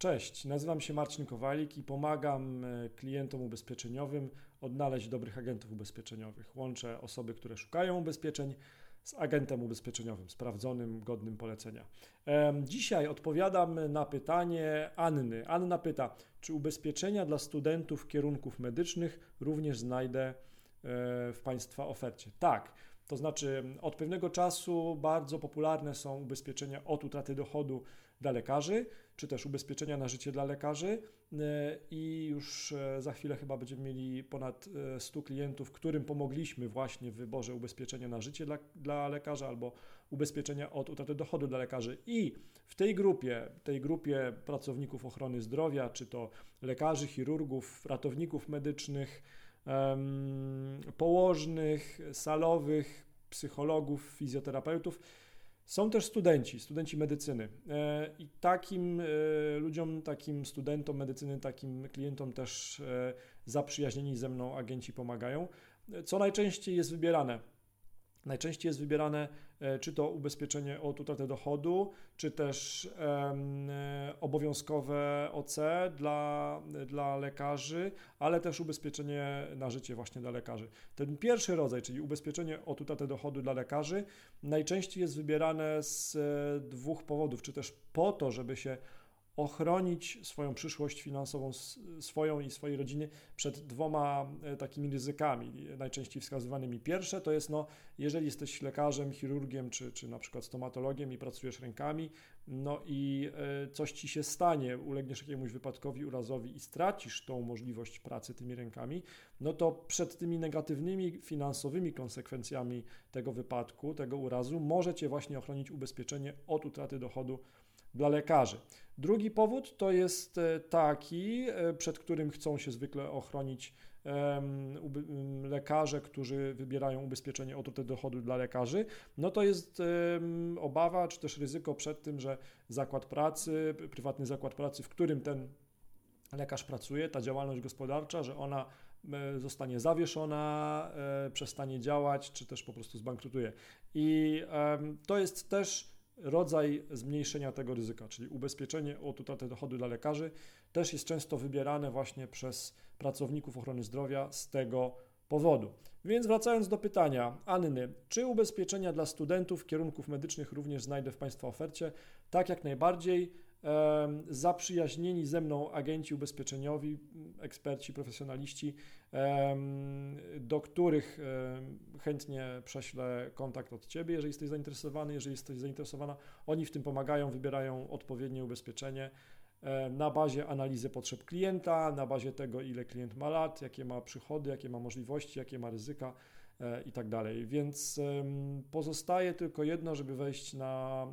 Cześć, nazywam się Marcin Kowalik i pomagam klientom ubezpieczeniowym odnaleźć dobrych agentów ubezpieczeniowych. Łączę osoby, które szukają ubezpieczeń z agentem ubezpieczeniowym, sprawdzonym, godnym polecenia. Dzisiaj odpowiadam na pytanie Anny. Anna pyta, czy ubezpieczenia dla studentów kierunków medycznych również znajdę w Państwa ofercie? Tak. To znaczy od pewnego czasu bardzo popularne są ubezpieczenia od utraty dochodu dla lekarzy, czy też ubezpieczenia na życie dla lekarzy i już za chwilę chyba będziemy mieli ponad 100 klientów, którym pomogliśmy właśnie w wyborze ubezpieczenia na życie dla lekarza albo ubezpieczenia od utraty dochodu dla lekarzy. I w tej grupie pracowników ochrony zdrowia, czy to lekarzy, chirurgów, ratowników medycznych, położnych, salowych, psychologów, fizjoterapeutów. Są też studenci medycyny i takim ludziom, takim studentom medycyny, takim klientom też zaprzyjaźnieni ze mną agenci pomagają. Co najczęściej jest wybierane? Najczęściej jest wybierane czy to ubezpieczenie od utraty dochodu, czy też obowiązkowe OC dla lekarzy, ale też ubezpieczenie na życie właśnie dla lekarzy. Ten pierwszy rodzaj, czyli ubezpieczenie od utraty dochodu dla lekarzy, najczęściej jest wybierane z dwóch powodów, czy też po to, żeby się ochronić swoją przyszłość finansową, swoją i swojej rodziny przed dwoma takimi ryzykami, najczęściej wskazywanymi. Pierwsze to jest, jeżeli jesteś lekarzem, chirurgiem czy na przykład stomatologiem i pracujesz rękami, i coś ci się stanie, ulegniesz jakiemuś wypadkowi, urazowi i stracisz tą możliwość pracy tymi rękami, to przed tymi negatywnymi finansowymi konsekwencjami tego wypadku, tego urazu może cię właśnie ochronić ubezpieczenie od utraty dochodu dla lekarzy. Drugi powód to jest taki, przed którym chcą się zwykle ochronić lekarze, którzy wybierają ubezpieczenie od utraty dochodu dla lekarzy, to jest obawa czy też ryzyko przed tym, że zakład pracy, prywatny zakład pracy, w którym ten lekarz pracuje, ta działalność gospodarcza, że ona zostanie zawieszona, przestanie działać, czy też po prostu zbankrutuje. I to jest też rodzaj zmniejszenia tego ryzyka, czyli ubezpieczenie od utraty dochodu dla lekarzy też jest często wybierane właśnie przez pracowników ochrony zdrowia z tego powodu. Więc wracając do pytania Anny, czy ubezpieczenia dla studentów kierunków medycznych również znajdę w Państwa ofercie? Tak, jak najbardziej. Zaprzyjaźnieni ze mną agenci ubezpieczeniowi, eksperci, profesjonaliści, do których chętnie prześlę kontakt od Ciebie, jeżeli jesteś zainteresowany, jeżeli jesteś zainteresowana. Oni w tym pomagają, wybierają odpowiednie ubezpieczenie na bazie analizy potrzeb klienta, na bazie tego, ile klient ma lat, jakie ma przychody, jakie ma możliwości, jakie ma ryzyka i tak dalej. Więc pozostaje tylko jedno, żeby wejść na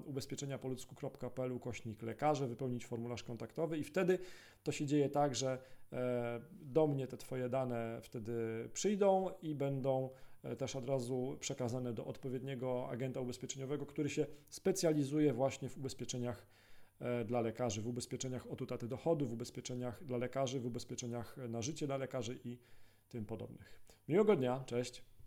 ubezpieczeniapoludzku.pl/lekarze, wypełnić formularz kontaktowy i wtedy to się dzieje tak, że do mnie te Twoje dane wtedy przyjdą i będą też od razu przekazane do odpowiedniego agenta ubezpieczeniowego, który się specjalizuje właśnie w ubezpieczeniach dla lekarzy, w ubezpieczeniach od utraty dochodu, w ubezpieczeniach dla lekarzy, w ubezpieczeniach na życie dla lekarzy i tym podobnych. Miłego dnia, cześć!